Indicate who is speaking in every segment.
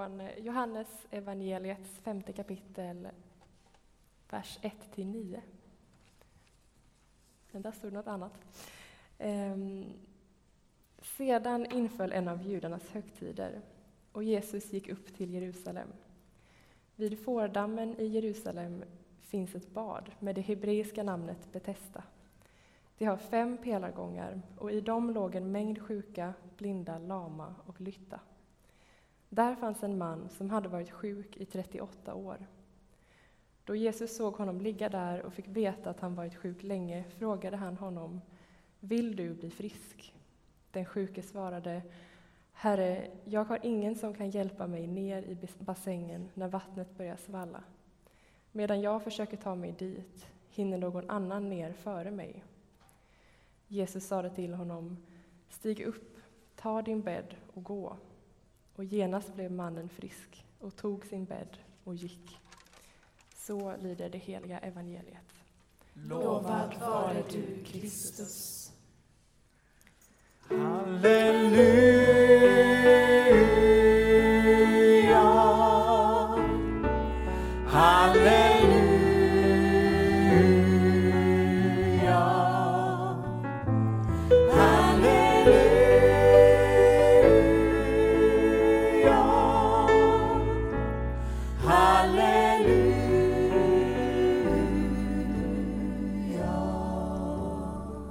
Speaker 1: från Johannes evangeliets 5:e kapitel, vers 1-9. Men där stod något annat. Sedan inföll en av judarnas högtider, och Jesus gick upp till Jerusalem. Vid fårdammen i Jerusalem finns ett bad med det hebreiska namnet Betesda. Det har 5 pelargångar, och i dem låg en mängd sjuka, blinda, lama och lytta. Där fanns en man som hade varit sjuk i 38 år. Då Jesus såg honom ligga där och fick veta att han varit sjuk länge, frågade han honom: "Vill du bli frisk?" Den sjuke svarade: "Herre, jag har ingen som kan hjälpa mig ner i bassängen när vattnet börjar svalla. Medan jag försöker ta mig dit, hinner någon annan ner före mig." Jesus sade till honom: "Stig upp, ta din bädd och gå." Och genast blev mannen frisk och tog sin bädd och gick. Så lyder det heliga evangeliet.
Speaker 2: Lovad vare du, Kristus.
Speaker 3: Halleluja, halleluja, halleluja, halleluja.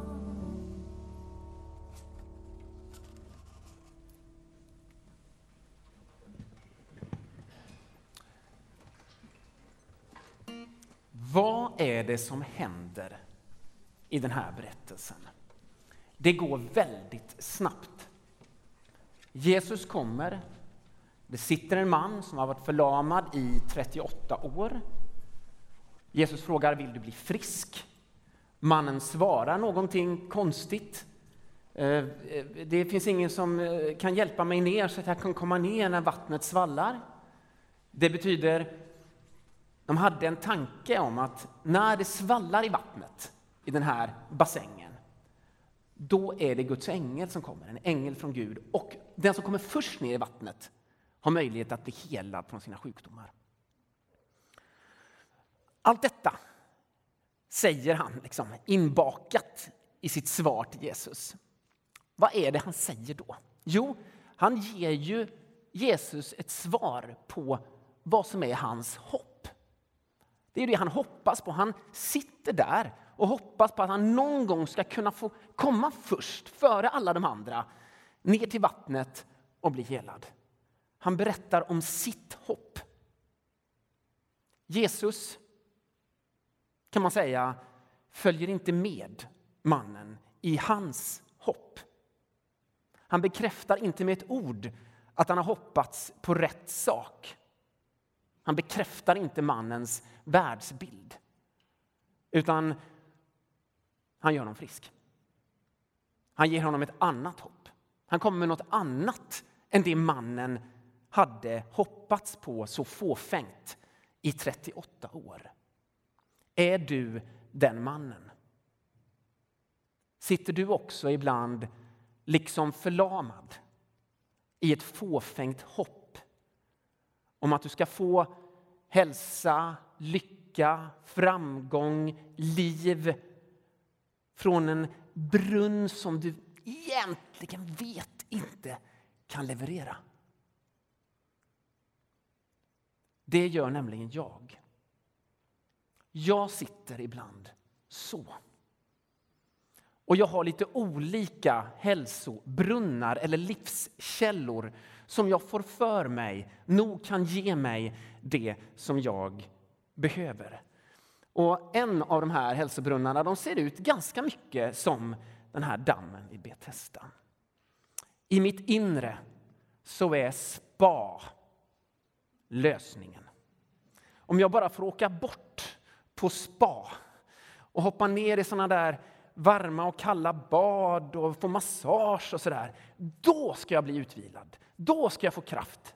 Speaker 4: Vad är det som händer i den här berättelsen? Det går väldigt snabbt. Jesus kommer. Det sitter en man som har varit förlamad i 38 år. Jesus frågar: "Vill du bli frisk?" Mannen svarar någonting konstigt. "Det finns ingen som kan hjälpa mig ner så att jag kan komma ner när vattnet svallar." Det betyder, de hade en tanke om att när det svallar i vattnet i den här bassängen, då är det Guds ängel som kommer, en ängel från Gud. Och den som kommer först ner i vattnet har möjlighet att bli helad från sina sjukdomar. Allt detta säger han inbakat i sitt svar till Jesus. Vad är det han säger då? Jo, han ger ju Jesus ett svar på vad som är hans hopp. Det är det han hoppas på. Han sitter där och hoppas på att han någon gång ska kunna få komma först, före alla de andra, ner till vattnet och bli helad. Han berättar om sitt hopp. Jesus, kan man säga, följer inte med mannen i hans hopp. Han bekräftar inte med ett ord att han har hoppats på rätt sak. Han bekräftar inte mannens världsbild, utan han gör honom frisk. Han ger honom ett annat hopp. Han kommer med något annat än det mannen hade hoppats på så fåfängt i 38 år. Är du den mannen? Sitter du också ibland liksom förlamad i ett fåfängt hopp om att du ska få hälsa, lycka, framgång, liv från en brunn som du egentligen vet inte kan leverera? Det gör nämligen jag. Jag sitter ibland så. Och jag har lite olika hälsobrunnar eller livskällor som jag får för mig nog kan ge mig det som jag behöver. Och en av de här hälsobrunnarna, de ser ut ganska mycket som den här dammen i Betesda. I mitt inre så är spa lösningen. Om jag bara får åka bort på spa och hoppa ner i såna där varma och kalla bad och få massage och sådär, då ska jag bli utvilad. Då ska jag få kraft.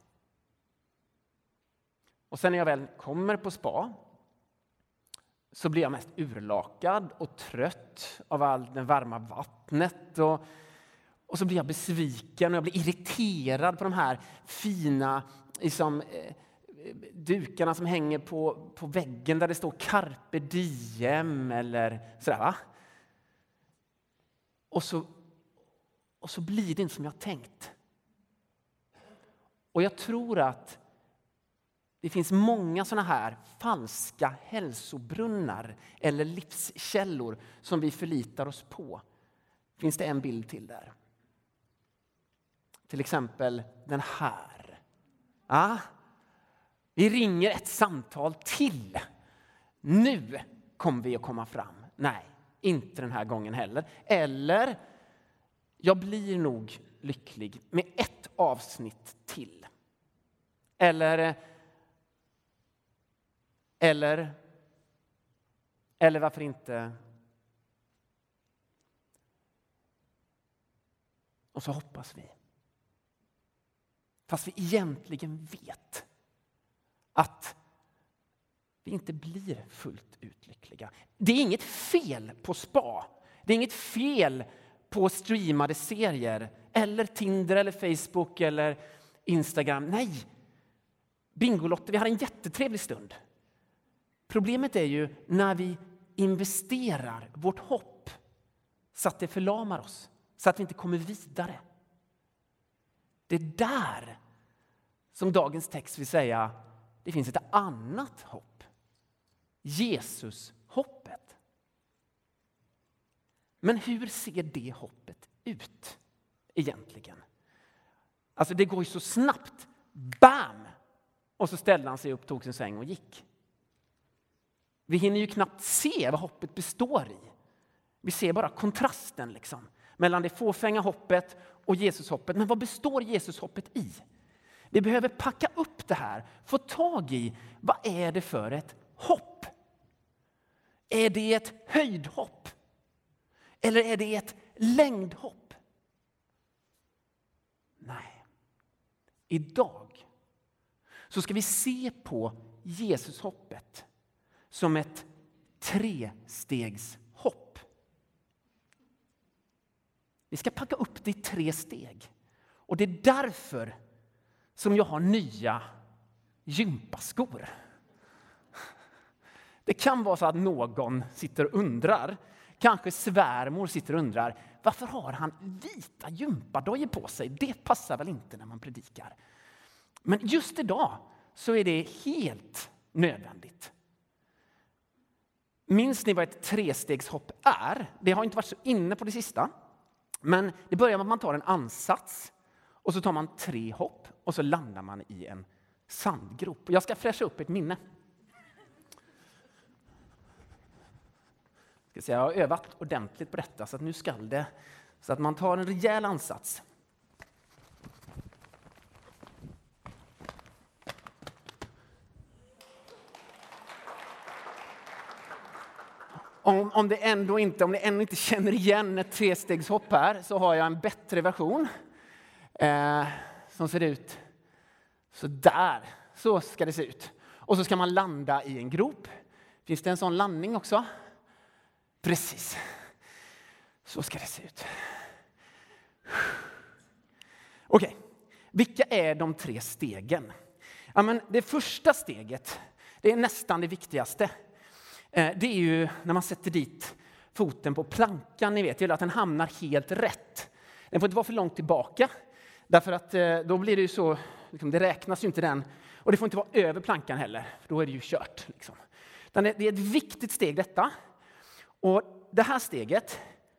Speaker 4: Och sen när jag väl kommer på spa så blir jag mest urlakad och trött av all det varma vattnet. Och så blir jag besviken och jag blir irriterad på de här fina dukarna som hänger på väggen där det står Carpe Diem eller sådär, va? Och så blir det inte som jag tänkt. Och jag tror att det finns många såna här falska hälsobrunnar eller livskällor som vi förlitar oss på. Finns det en bild till där? Till exempel den här. Ja, vi ringer ett samtal till. Nu kommer vi att komma fram. Nej, inte den här gången heller. Eller, jag blir nog lycklig med ett avsnitt till. Eller varför inte? Och så hoppas vi. Fast vi egentligen vet att vi inte blir fullt ut lyckliga. Det är inget fel på spa. Det är inget fel på streamade serier. Eller Tinder eller Facebook eller Instagram. Nej! Bingolotter, vi har en jättetrevlig stund. Problemet är ju när vi investerar vårt hopp så att det förlamar oss. Så att vi inte kommer vidare. Det är där som dagens text vill säga det finns ett annat hopp. Jesus-hoppet. Men hur ser det hoppet ut egentligen? Alltså det går ju så snabbt. Bam! Och så ställde han sig upp, tog sin säng och gick. Vi hinner ju knappt se vad hoppet består i. Vi ser bara kontrasten liksom, mellan det fåfänga hoppet och Jesus-hoppet. Men vad består Jesus-hoppet i? Vi behöver packa upp det här, få tag i vad är det för ett hopp? Är det ett höjdhopp? Eller är det ett längdhopp? Nej. Idag så ska vi se på Jesus-hoppet som ett trestegshopp. Vi ska packa upp det i 3 steg. Och det är därför som jag har nya gympaskor. Det kan vara så att någon sitter och undrar, kanske svärmor sitter och undrar, varför har han vita gympadojor på sig? Det passar väl inte när man predikar. Men just idag så är det helt nödvändigt. Minns ni vad ett trestegshopp är? Det har inte varit så inne på det sista. Men det börjar med att man tar en ansats och så tar man 3 hopp och så landar man i en sandgrop. Jag ska fräscha upp ett minne. Jag har övat ordentligt på detta så att nu ska det. Så att man tar en rejäl ansats. Om det ändå inte känner igen ett trestegshopp här så har jag en bättre version. Som ser ut så där. Så ska det se ut. Och så ska man landa i en grop. Finns det en sån landning också? Precis. Så ska det se ut. Okej. Vilka är de 3 stegen? Ja, men det första steget, det är nästan det viktigaste. Det är ju när man sätter dit foten på plankan, ni vet ju att den hamnar helt rätt. Den får inte vara för långt tillbaka, därför att då blir det ju så, liksom, det räknas ju inte den. Och det får inte vara över plankan heller, för då är det ju kört. Liksom. Det är ett viktigt steg detta. Och det här steget,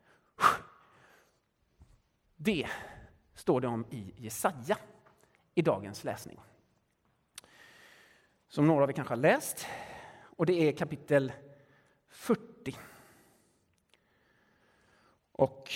Speaker 4: det står det om i Jesaja i dagens läsning. Som några av er kanske har läst. Och det är kapitel 40. Och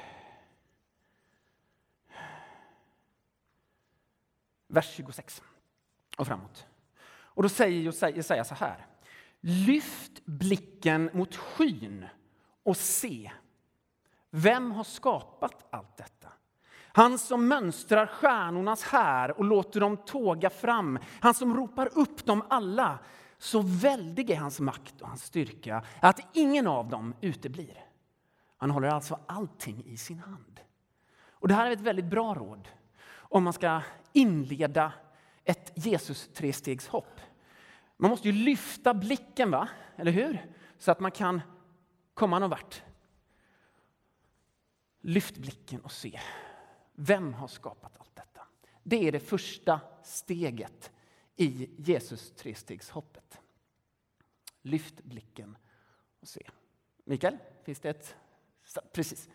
Speaker 4: vers 26 och framåt. Och då säger Jesaja så här. Lyft blicken mot skyn och se. Vem har skapat allt detta? Han som mönstrar stjärnornas här och låter dem tåga fram. Han som ropar upp dem alla. Så väldig är hans makt och hans styrka att ingen av dem uteblir. Han håller alltså allting i sin hand. Och det här är ett väldigt bra råd om man ska inleda ett Jesus trestegshopp. Man måste ju lyfta blicken, va? Eller hur? Så att man kan komma någon vart. Lyft blicken och se. Vem har skapat allt detta? Det är det första steget i Jesus trestegshoppet. Lyft blicken och se. Mikael, finns det ett... Precis.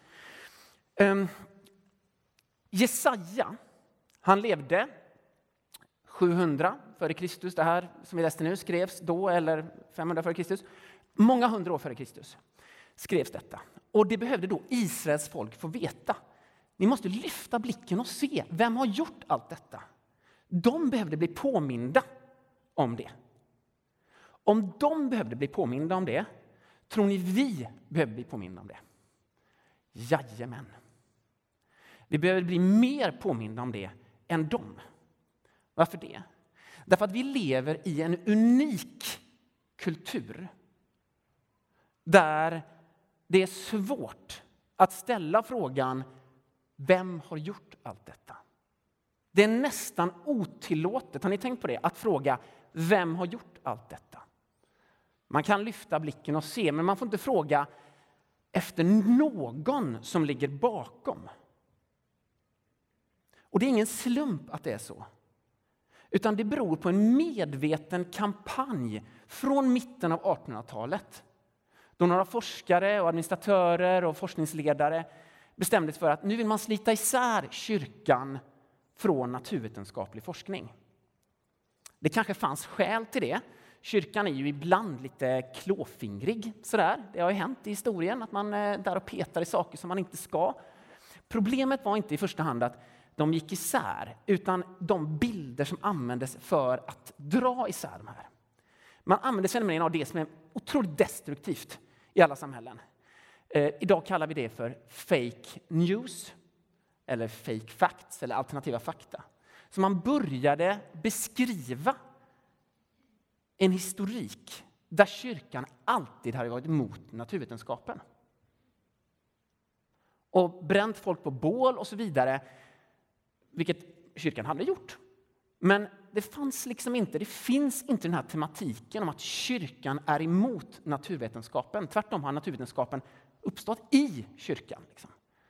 Speaker 4: Jesaja, han levde 700 före Kristus. Det här som vi läste nu skrevs då, eller 500 före Kristus. Många hundra år före Kristus skrevs detta. Och det behövde då Israels folk få veta. Ni måste lyfta blicken och se vem har gjort allt detta. De behövde bli påminda om det. Om de behövde bli påminda om det, tror ni vi behöver bli påminda om det? Jajamän. Vi behöver bli mer påminda om det än dem. Varför det? Därför att vi lever i en unik kultur där det är svårt att ställa frågan: vem har gjort allt detta? Det är nästan otillåtet, har ni tänkt på det? Att fråga: vem har gjort allt detta? Man kan lyfta blicken och se, men man får inte fråga efter någon som ligger bakom. Och det är ingen slump att det är så. Utan det beror på en medveten kampanj från mitten av 1800-talet. Då några forskare och administratörer och forskningsledare bestämde sig för att nu vill man slita isär kyrkan från naturvetenskaplig forskning. Det kanske fanns skäl till det. Kyrkan är ju ibland lite klåfingrig. Sådär. Det har ju hänt i historien att man där och petar i saker som man inte ska. Problemet var inte i första hand att de gick isär, utan de bilder som användes för att dra isär de här. Man använde sig nämligen av det som är otroligt destruktivt i alla samhällen. Idag kallar vi det för fake news, eller fake facts, eller alternativa fakta. Så man började beskriva en historik där kyrkan alltid hade varit emot naturvetenskapen. Och bränt folk på bål och så vidare, vilket kyrkan hade gjort. Men det fanns liksom inte, det finns inte den här tematiken om att kyrkan är emot naturvetenskapen. Tvärtom har naturvetenskapen uppstått i kyrkan. Liksom.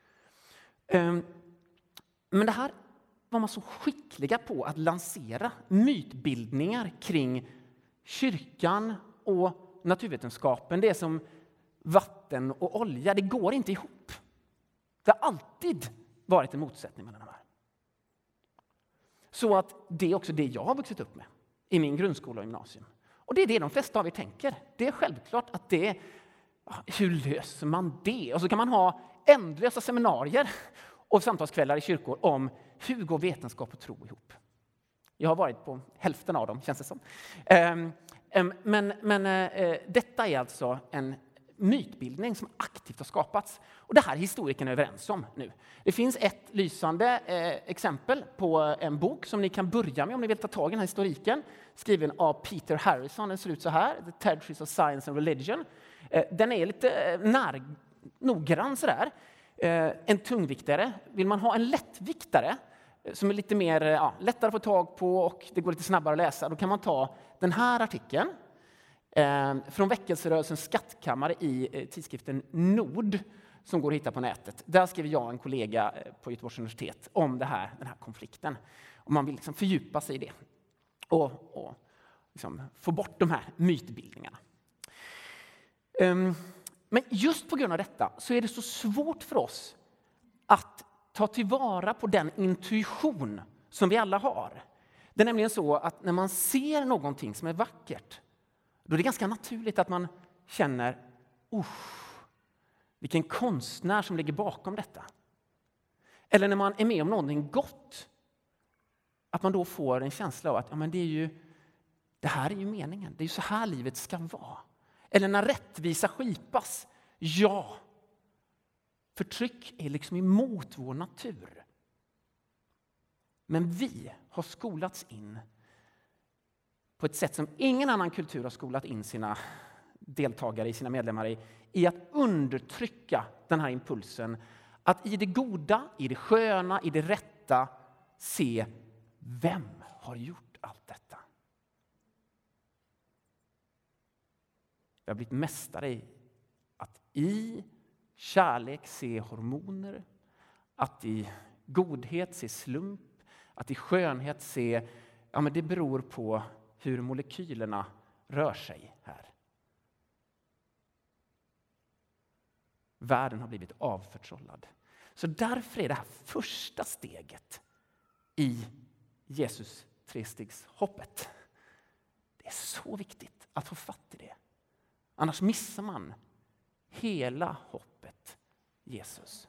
Speaker 4: Men det här var man så skickliga på att lansera mytbildningar kring kyrkan och naturvetenskapen. Det är som vatten och olja, det går inte ihop. Det har alltid varit en motsättning mellan de här. Så att det är också det jag har vuxit upp med i min grundskola och gymnasium. Och det är det de flesta av er tänker. Det är självklart att det är, hur löser man det? Och så kan man ha ändlösa seminarier och samtalskvällar i kyrkor om hur går vetenskap och tro ihop. Jag har varit på hälften av dem, känns det som. Men detta är alltså en mytbildning som aktivt har skapats. Och det här är historikerna överens om nu. Det finns ett lysande exempel på en bok som ni kan börja med om ni vill ta tag i den här historiken. Skriven av Peter Harrison. Den ser ut så här. The Territories of Science and Religion. Den är lite noggrann sådär. En tungviktare. Vill man ha en lättviktare som är lite mer lättare att få tag på och det går lite snabbare att läsa, då kan man ta den här artikeln från väckelserörelsens skattkammare i tidskriften Nord som går att hitta på nätet. Där skriver jag en kollega på Göteborgs universitet om den här konflikten. Och man vill liksom fördjupa sig i det och liksom få bort de här mytbildningarna. Men just på grund av detta så är det så svårt för oss att ta tillvara på den intuition som vi alla har. Det är nämligen så att när man ser någonting som är vackert, då är det ganska naturligt att man känner, vilken konstnär som ligger bakom detta. Eller när man är med om någonting gott, att man då får en känsla av att det här är ju meningen, det är ju så här livet ska vara. Eller när rättvisa skipas, förtryck är liksom emot vår natur. Men vi har skolats in på ett sätt som ingen annan kultur har skolat in sina deltagare, sina medlemmar i att undertrycka den här impulsen. Att i det goda, i det sköna, i det rätta se vem har gjort allt detta. Vi har blivit mästare i att i kärlek se hormoner, att i godhet se slump, att i skönhet se, ja men det beror på hur molekylerna rör sig här. Världen har blivit avförtrollad. Så därför är det här första steget i Jesus trestegshoppet. Det är så viktigt att få fatt i det. Annars missar man hela hoppet Jesus.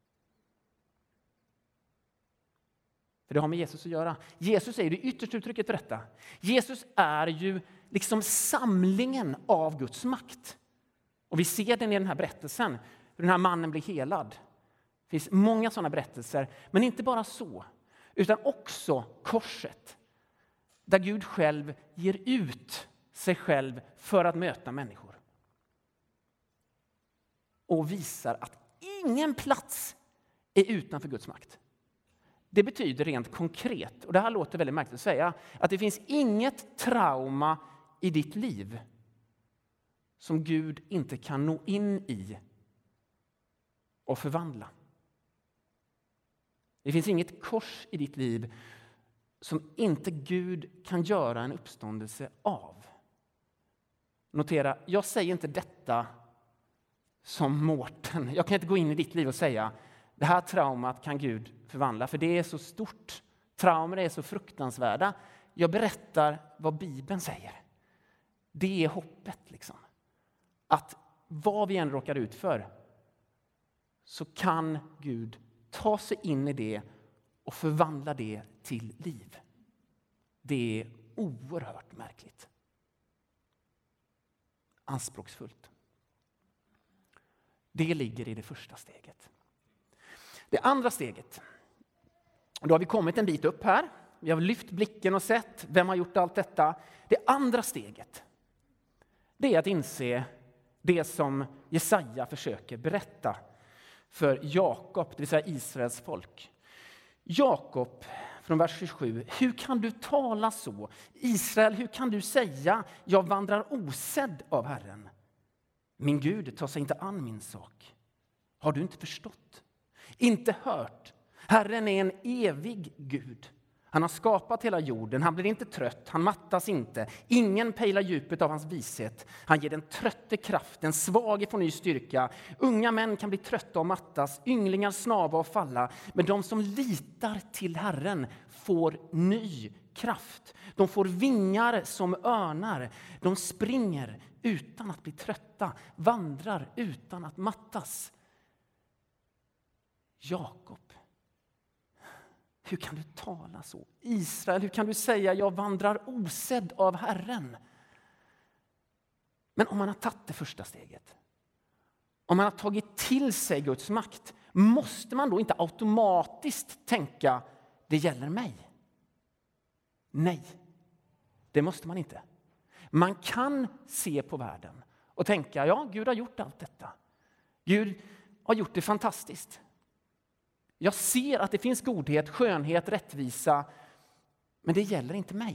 Speaker 4: För det har med Jesus att göra. Jesus är ju det yttersta uttrycket för detta. Jesus är ju liksom samlingen av Guds makt. Och vi ser den i den här berättelsen. Hur den här mannen blir helad. Det finns många sådana berättelser. Men inte bara så. Utan också korset. Där Gud själv ger ut sig själv för att möta människor. Och visar att ingen plats är utanför Guds makt. Det betyder rent konkret, och det här låter väldigt märkligt att säga, att det finns inget trauma i ditt liv som Gud inte kan nå in i och förvandla. Det finns inget kors i ditt liv som inte Gud kan göra en uppståndelse av. Notera, jag säger inte detta som Mårten. Jag kan inte gå in i ditt liv och säga det här traumat kan Gud förvandla, för det är så stort. Traumer är så fruktansvärda. Jag berättar vad Bibeln säger. Det är hoppet liksom. Att vad vi än råkar ut för så kan Gud ta sig in i det och förvandla det till liv. Det är oerhört märkligt. Anspråksfullt. Det ligger i det första steget. Det andra steget. Då har vi kommit en bit upp här. Vi har lyft blicken och sett vem har gjort allt detta. Det andra steget. Det är att inse det som Jesaja försöker berätta för Jakob, det vill säga Israels folk. Jakob, från vers 27. Hur kan du tala så? Israel, hur kan du säga jag vandrar osedd av Herren? Min Gud tar sig inte an min sak. Har du inte förstått? Inte hört? Herren är en evig Gud. Han har skapat hela jorden. Han blir inte trött. Han mattas inte. Ingen pejlar djupet av hans vishet. Han ger den trötte kraft. Den svage får ny styrka. Unga män kan bli trötta och mattas. Ynglingar snava och falla. Men de som litar till Herren får ny kraft. De får vingar som örnar. De springer utan att bli trötta. Vandrar utan att mattas. Jakob. Hur kan du tala så? Israel, hur kan du säga jag vandrar osedd av Herren? Men om man har tagit det första steget, om man har tagit till sig Guds makt, måste man då inte automatiskt tänka det gäller mig? Nej, det måste man inte. Man kan se på världen och tänka ja, Gud har gjort allt detta. Gud har gjort det fantastiskt. Jag ser att det finns godhet, skönhet, rättvisa. Men det gäller inte mig.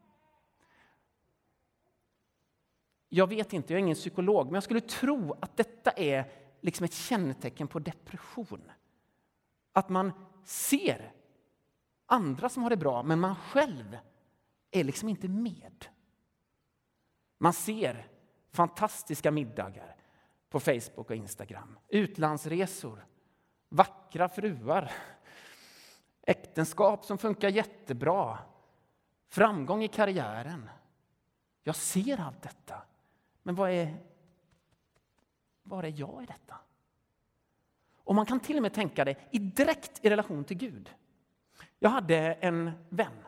Speaker 4: Jag vet inte, jag är ingen psykolog. Men jag skulle tro att detta är liksom ett kännetecken på depression. Att man ser andra som har det bra. Men man själv är liksom inte med. Man ser fantastiska middagar på Facebook och Instagram. Utlandsresor. Vackra fruar, äktenskap som funkar jättebra, framgång i karriären. Jag ser allt detta. Men var är jag i detta? Och man kan till och med tänka det direkt i relation till Gud. Jag hade en vän,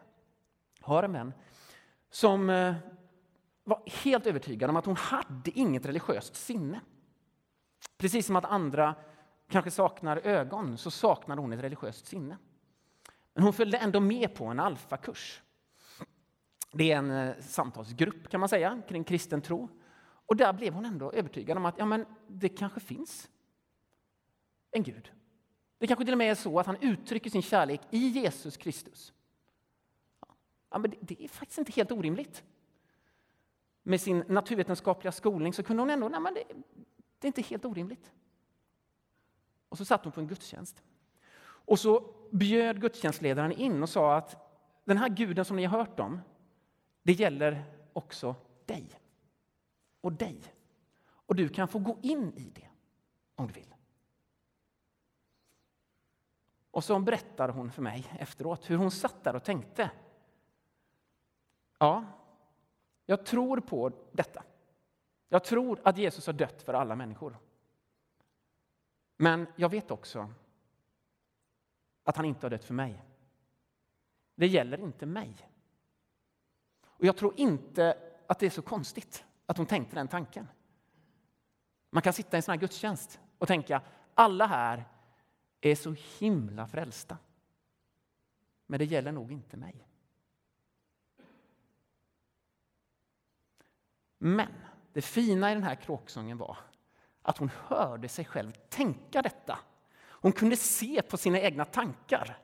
Speaker 4: som var helt övertygad om att hon hade inget religiöst sinne. Precis som att andra kanske saknar ögon, så saknar hon ett religiöst sinne. Men hon följde ändå med på en alfakurs. Det är en samtalsgrupp kan man säga kring kristen tro. Och där blev hon ändå övertygad om att ja, men det kanske finns en Gud. Det kanske till och med är så att han uttrycker sin kärlek i Jesus Kristus. Ja, men det är faktiskt inte helt orimligt. Med sin naturvetenskapliga skolning så kunde hon ändå, det är inte helt orimligt. Och så satt hon på en gudstjänst. Och så bjöd gudstjänstledaren in och sa att den här guden som ni har hört om, det gäller också dig. Och dig. Och du kan få gå in i det om du vill. Och så berättade hon för mig efteråt hur hon satt där och tänkte. Ja, jag tror på detta. Jag tror att Jesus har dött för alla människor. Men jag vet också att han inte har dött för mig. Det gäller inte mig. Och jag tror inte att det är så konstigt att hon tänkte den tanken. Man kan sitta i en sån här gudstjänst och tänka, alla här är så himla frälsta. Men det gäller nog inte mig. Men det fina i den här kråksången var att hon hörde sig själv tänka detta. Hon kunde se på sina egna tankar.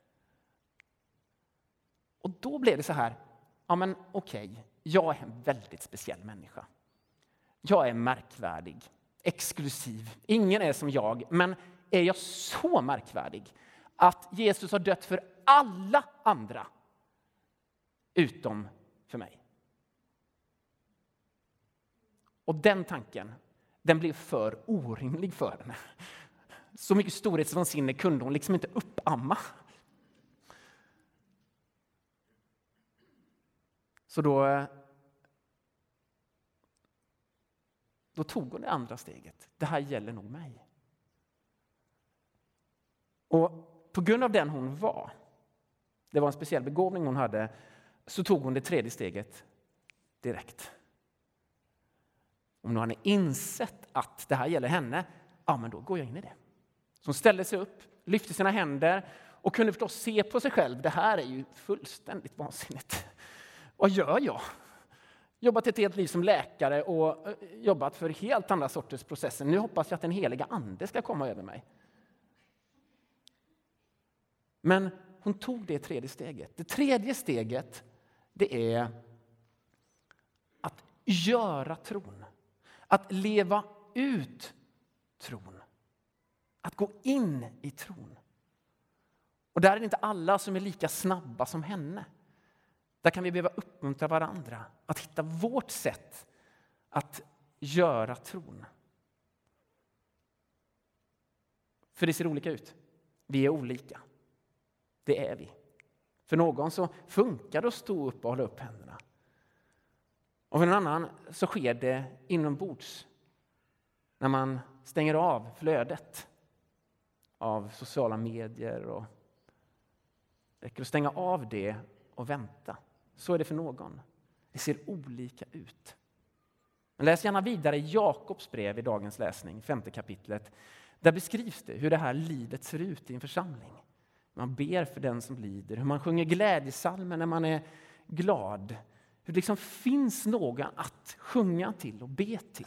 Speaker 4: Och då blev det så här, ja men okej, jag är en väldigt speciell människa. Jag är märkvärdig, exklusiv. Ingen är som jag, men är jag så märkvärdig att Jesus har dött för alla andra utom för mig? Och den tanken, den blev för orimlig för henne. Så mycket storhetsvansinne kunde hon liksom inte uppamma. Så då tog hon det andra steget. Det här gäller nog mig. Och på grund av den hon var, det var en speciell begåvning hon hade, så tog hon det tredje steget direkt. Om hon hade insett att det här gäller henne, ja men då går jag in i det. Så hon ställde sig upp, lyfte sina händer och kunde förstås se på sig själv. Det här är ju fullständigt vansinnigt. Vad gör jag? Jobbat ett helt liv som läkare och jobbat för helt andra sorters processer. Nu hoppas jag att den heliga ande ska komma över mig. Men hon tog det tredje steget. Det tredje steget, det är att göra tron. Att leva ut tron. Att gå in i tron. Och där är det inte alla som är lika snabba som henne. Där kan vi behöva uppmuntra varandra. Att hitta vårt sätt att göra tron. För det ser olika ut. Vi är olika. Det är vi. För någon så funkar det att stå upp och hålla upp händerna. Och för någon annan så sker det inombords. När man stänger av flödet av sociala medier. Och räcker att stänga av det och vänta. Så är det för någon. Det ser olika ut. Men läs gärna vidare i Jakobs brev i dagens läsning, 5:e kapitlet. Där beskrivs det hur det här livet ser ut i en församling. Man ber för den som lider. Hur man sjunger glädjesalmer när man är glad. Hur det liksom finns någon att sjunga till och be till.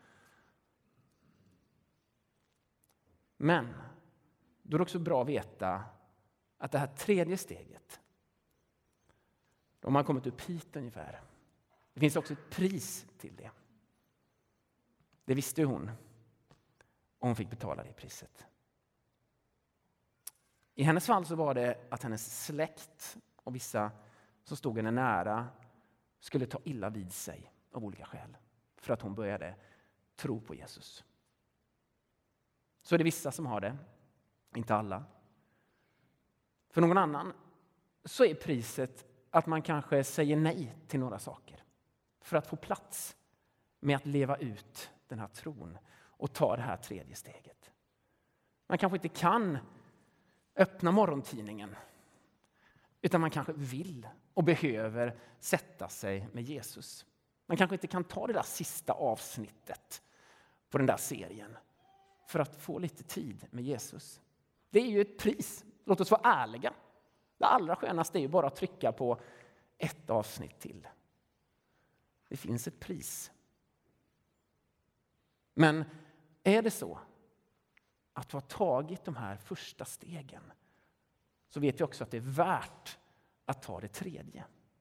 Speaker 4: Men då är det också bra att veta att det här tredje steget, då har man kommit upp hit ungefär. Det finns också ett pris till det. Det visste hon. Och hon fick betala det priset. I hennes fall så var det att hennes släkt och vissa som stod henne nära skulle ta illa vid sig av olika skäl. För att hon började tro på Jesus. Så är det vissa som har det. Inte alla. För någon annan så är priset att man kanske säger nej till några saker. För att få plats med att leva ut den här tron. Och ta det här tredje steget. Man kanske inte kan öppna morgontidningen. Utan man kanske vill och behöver sätta sig med Jesus. Man kanske inte kan ta det där sista avsnittet på den där serien. För att få lite tid med Jesus. Det är ju ett pris. Låt oss vara ärliga. Det allra skönaste är ju bara att trycka på ett avsnitt till. Det finns ett pris. Men är det så att du har tagit de här första stegen, så vet vi också att det är värt att ta det tredje.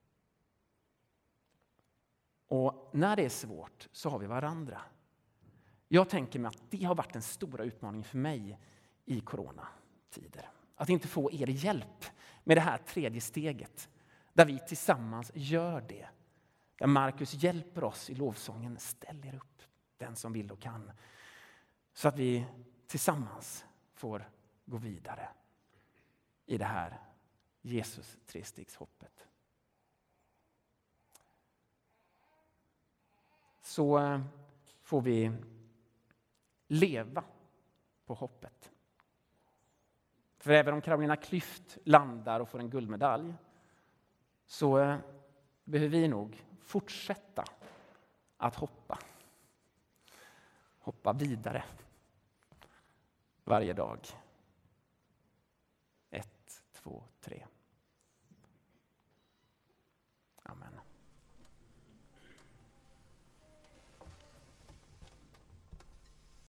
Speaker 4: Och när det är svårt så har vi varandra. Jag tänker mig att det har varit den stora utmaningen för mig i coronatider. Att inte få er hjälp med det här tredje steget. Där vi tillsammans gör det. Där Markus hjälper oss i lovsången. Ställ er upp, den som vill och kan. Så att vi tillsammans får gå vidare i det här Jesus trestegshoppet. Så får vi leva på hoppet. För även om Carolina Klüft landar och får en guldmedalj så behöver vi nog fortsätta att hoppa. Hoppa vidare varje dag. 1, 2, 3.